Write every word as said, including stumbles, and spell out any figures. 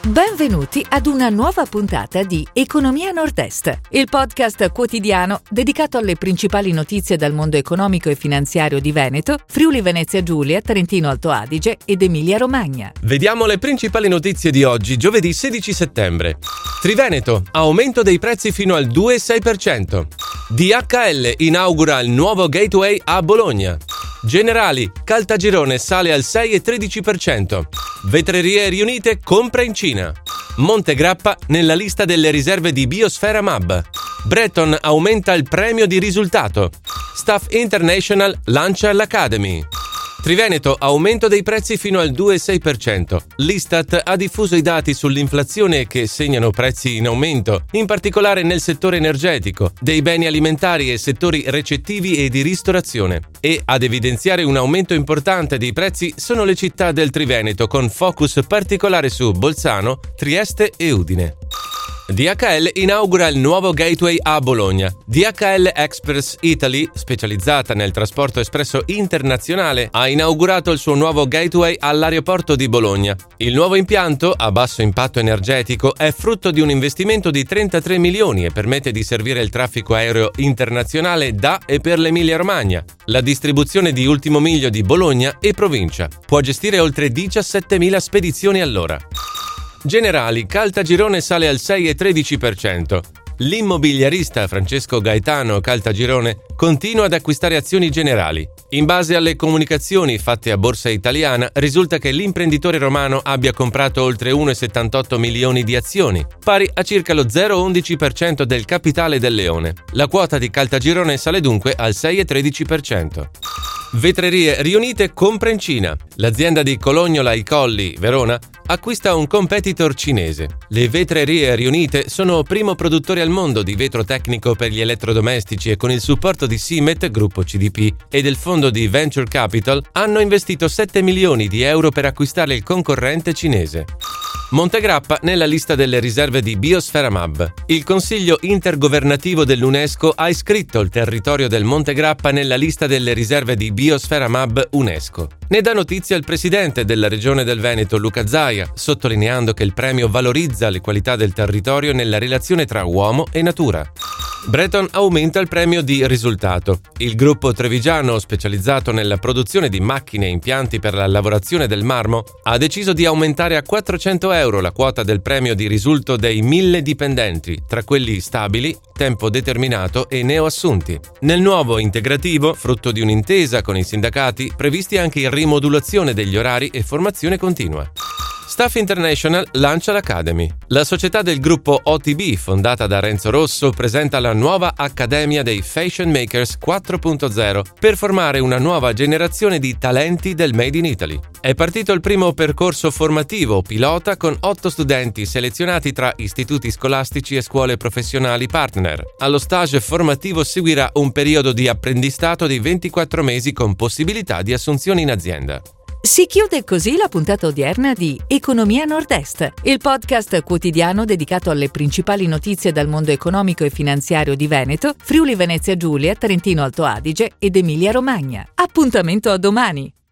Benvenuti ad una nuova puntata di Economia Nord-Est, il podcast quotidiano dedicato alle principali notizie dal mondo economico e finanziario di Veneto, Friuli Venezia Giulia, Trentino Alto Adige ed Emilia Romagna. Vediamo le principali notizie di oggi, giovedì sedici settembre. Triveneto, aumento dei prezzi fino al due virgola sei per cento. D H L inaugura il nuovo gateway a Bologna. Generali, Caltagirone sale al sei virgola tredici per cento. Vetrerie riunite compra in Cina. Monte Grappa nella lista delle riserve di Biosfera M A B. Breton aumenta il premio di risultato. Staff International lancia l'Academy. Triveneto, aumento dei prezzi fino al due virgola sei per cento. L'Istat ha diffuso i dati sull'inflazione che segnano prezzi in aumento, in particolare nel settore energetico, dei beni alimentari e settori recettivi e di ristorazione. E ad evidenziare un aumento importante dei prezzi sono le città del Triveneto, con focus particolare su Bolzano, Trieste e Udine. D H L inaugura il nuovo gateway a Bologna. D H L Express Italy, specializzata nel trasporto espresso internazionale, ha inaugurato il suo nuovo gateway all'aeroporto di Bologna. Il nuovo impianto, a basso impatto energetico, è frutto di un investimento di trentatré milioni e permette di servire il traffico aereo internazionale da e per l'Emilia Romagna, la distribuzione di ultimo miglio di Bologna e provincia. Può gestire oltre diciassettemila spedizioni all'ora. Generali, Caltagirone sale al sei virgola tredici per cento. L'immobiliarista Francesco Gaetano Caltagirone continua ad acquistare azioni Generali. In base alle comunicazioni fatte a Borsa Italiana, risulta che l'imprenditore romano abbia comprato oltre uno virgola settantotto milioni di azioni, pari a circa lo zero virgola undici per cento del capitale del Leone. La quota di Caltagirone sale dunque al sei virgola tredici per cento. Vetrerie riunite compra in Cina. L'azienda di Colognola I Colli, Verona, acquista un competitor cinese. Le Vetrerie riunite sono primo produttore al mondo di vetro tecnico per gli elettrodomestici e con il supporto di Simet, gruppo C D P, e del fondo di Venture Capital hanno investito sette milioni di euro per acquistare il concorrente cinese. Monte Grappa nella lista delle riserve di Biosfera M A B. Il Consiglio intergovernativo dell'UNESCO ha iscritto il territorio del Monte Grappa nella lista delle riserve di Biosfera M A B UNESCO. Ne dà notizia il presidente della regione del Veneto, Luca Zaia, sottolineando che il premio valorizza le qualità del territorio nella relazione tra uomo e natura. Breton aumenta il premio di risultato. Il gruppo trevigiano, specializzato nella produzione di macchine e impianti per la lavorazione del marmo, ha deciso di aumentare a quattrocento euro la quota del premio di risultato dei mille dipendenti, tra quelli stabili, tempo determinato e neoassunti. Nel nuovo integrativo, frutto di un'intesa con i sindacati, previsti anche in rimodulazione degli orari e formazione continua. Staff International lancia l'Academy. La società del gruppo O T B, fondata da Renzo Rosso, presenta la nuova Accademia dei Fashion Makers quattro punto zero per formare una nuova generazione di talenti del Made in Italy. È partito il primo percorso formativo pilota con otto studenti selezionati tra istituti scolastici e scuole professionali partner. Allo stage formativo seguirà un periodo di apprendistato di ventiquattro mesi con possibilità di assunzione in azienda. Si chiude così la puntata odierna di Economia Nord-Est, il podcast quotidiano dedicato alle principali notizie dal mondo economico e finanziario di Veneto, Friuli Venezia Giulia, Trentino Alto Adige ed Emilia Romagna. Appuntamento a domani!